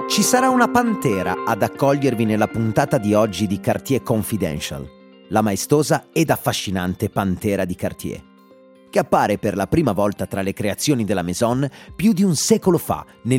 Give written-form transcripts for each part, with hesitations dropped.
Ci sarà una pantera ad accogliervi nella puntata di oggi di Cartier Confidential, la maestosa ed affascinante pantera di Cartier, che appare per la prima volta tra le creazioni della Maison più di un secolo fa, nel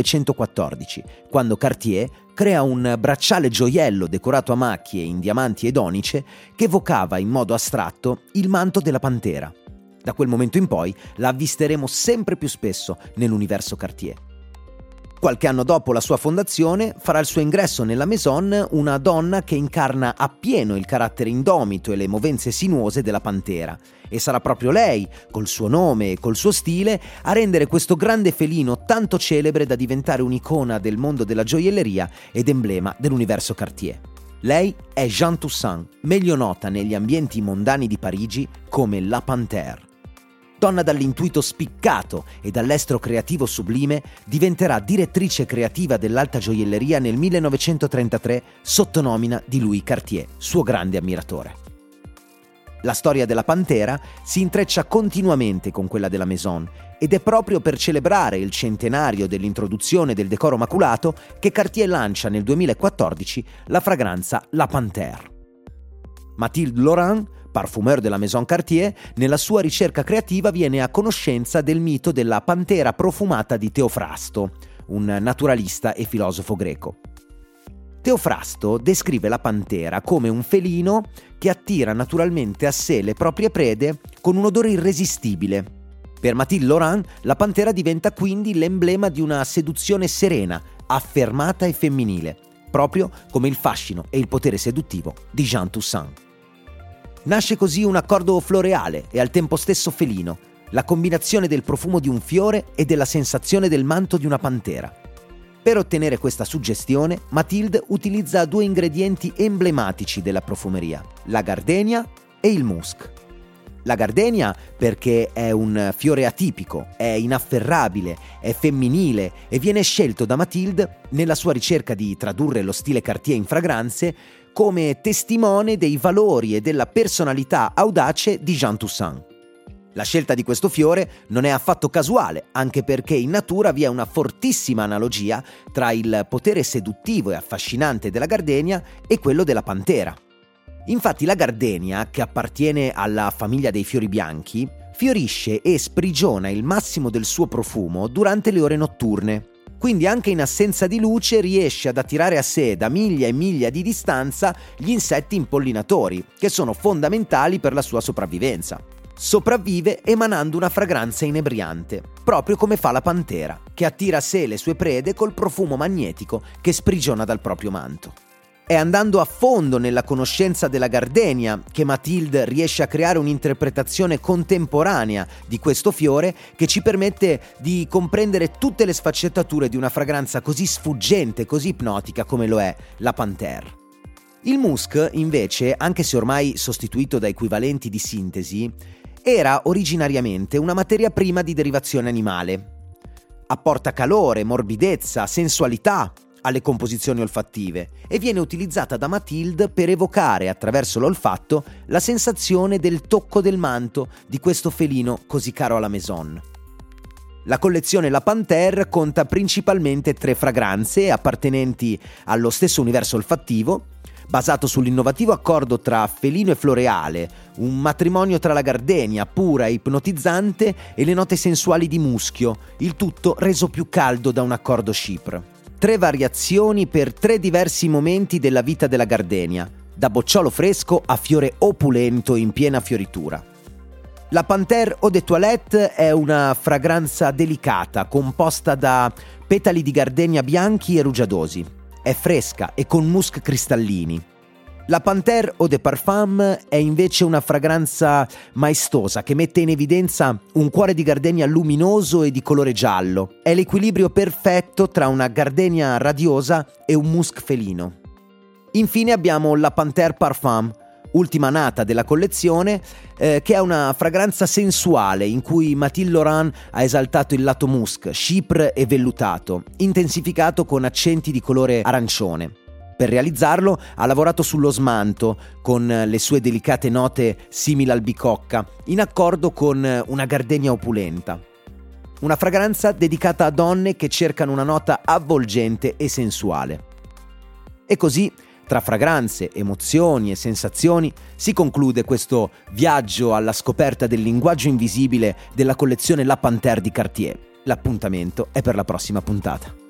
1914, quando Cartier crea un bracciale gioiello decorato a macchie in diamanti ed onice che evocava in modo astratto il manto della pantera. Da quel momento in poi la avvisteremo sempre più spesso nell'universo Cartier. Qualche anno dopo la sua fondazione farà il suo ingresso nella Maison una donna che incarna appieno il carattere indomito e le movenze sinuose della pantera, e sarà proprio lei, col suo nome e col suo stile, a rendere questo grande felino tanto celebre da diventare un'icona del mondo della gioielleria ed emblema dell'universo Cartier. Lei è Jeanne Toussaint, meglio nota negli ambienti mondani di Parigi come La Panthère. Donna dall'intuito spiccato e dall'estro creativo sublime, diventerà direttrice creativa dell'alta gioielleria nel 1933 sotto nomina di Louis Cartier, suo grande ammiratore. La storia della Pantera si intreccia continuamente con quella della Maison ed è proprio per celebrare il centenario dell'introduzione del decoro maculato che Cartier lancia nel 2014 la fragranza La Panthère. Mathilde Laurent, parfumeur della Maison Cartier, nella sua ricerca creativa viene a conoscenza del mito della pantera profumata di Teofrasto, un naturalista e filosofo greco. Teofrasto descrive la pantera come un felino che attira naturalmente a sé le proprie prede con un odore irresistibile. Per Mathilde Laurent, la pantera diventa quindi l'emblema di una seduzione serena, affermata e femminile, proprio come il fascino e il potere seduttivo di Jeanne Toussaint. Nasce così un accordo floreale e al tempo stesso felino, la combinazione del profumo di un fiore e della sensazione del manto di una pantera. Per ottenere questa suggestione, Mathilde utilizza due ingredienti emblematici della profumeria, la gardenia e il musk. La gardenia perché è un fiore atipico, è inafferrabile, è femminile e viene scelto da Mathilde nella sua ricerca di tradurre lo stile Cartier in fragranze come testimone dei valori e della personalità audace di Jeanne Toussaint. La scelta di questo fiore non è affatto casuale, anche perché in natura vi è una fortissima analogia tra il potere seduttivo e affascinante della gardenia e quello della pantera. Infatti la gardenia, che appartiene alla famiglia dei fiori bianchi, fiorisce e sprigiona il massimo del suo profumo durante le ore notturne. Quindi anche in assenza di luce riesce ad attirare a sé da miglia e miglia di distanza gli insetti impollinatori, che sono fondamentali per la sua sopravvivenza. Sopravvive emanando una fragranza inebriante, proprio come fa la pantera, che attira a sé le sue prede col profumo magnetico che sprigiona dal proprio manto. È andando a fondo nella conoscenza della gardenia che Mathilde riesce a creare un'interpretazione contemporanea di questo fiore che ci permette di comprendere tutte le sfaccettature di una fragranza così sfuggente, così ipnotica come lo è la Panthère. Il musk, invece, anche se ormai sostituito da equivalenti di sintesi, era originariamente una materia prima di derivazione animale. Apporta calore, morbidezza, sensualità alle composizioni olfattive e viene utilizzata da Mathilde per evocare attraverso l'olfatto la sensazione del tocco del manto di questo felino così caro alla Maison. La collezione La Panthère conta principalmente 3 fragranze appartenenti allo stesso universo olfattivo, basato sull'innovativo accordo tra felino e floreale, un matrimonio tra la gardenia pura e ipnotizzante e le note sensuali di muschio, il tutto reso più caldo da un accordo chypre. 3 variazioni per 3 diversi momenti della vita della gardenia, da bocciolo fresco a fiore opulento in piena fioritura. La Panthère Eau de Toilette è una fragranza delicata, composta da petali di gardenia bianchi e rugiadosi. È fresca e con musk cristallini. La Panthère Eau de Parfum è invece una fragranza maestosa che mette in evidenza un cuore di gardenia luminoso e di colore giallo. È l'equilibrio perfetto tra una gardenia radiosa e un musk felino. Infine abbiamo la Panthère Parfum, ultima nata della collezione, che è una fragranza sensuale in cui Mathilde Laurent ha esaltato il lato musk, chypre e vellutato, intensificato con accenti di colore arancione. Per realizzarlo ha lavorato sull'osmanto con le sue delicate note simili al bicocca, in accordo con una gardenia opulenta. una fragranza dedicata a donne che cercano una nota avvolgente e sensuale. E così, tra fragranze, emozioni e sensazioni, si conclude questo viaggio alla scoperta del linguaggio invisibile della collezione La Panthère di Cartier. L'appuntamento è per la prossima puntata.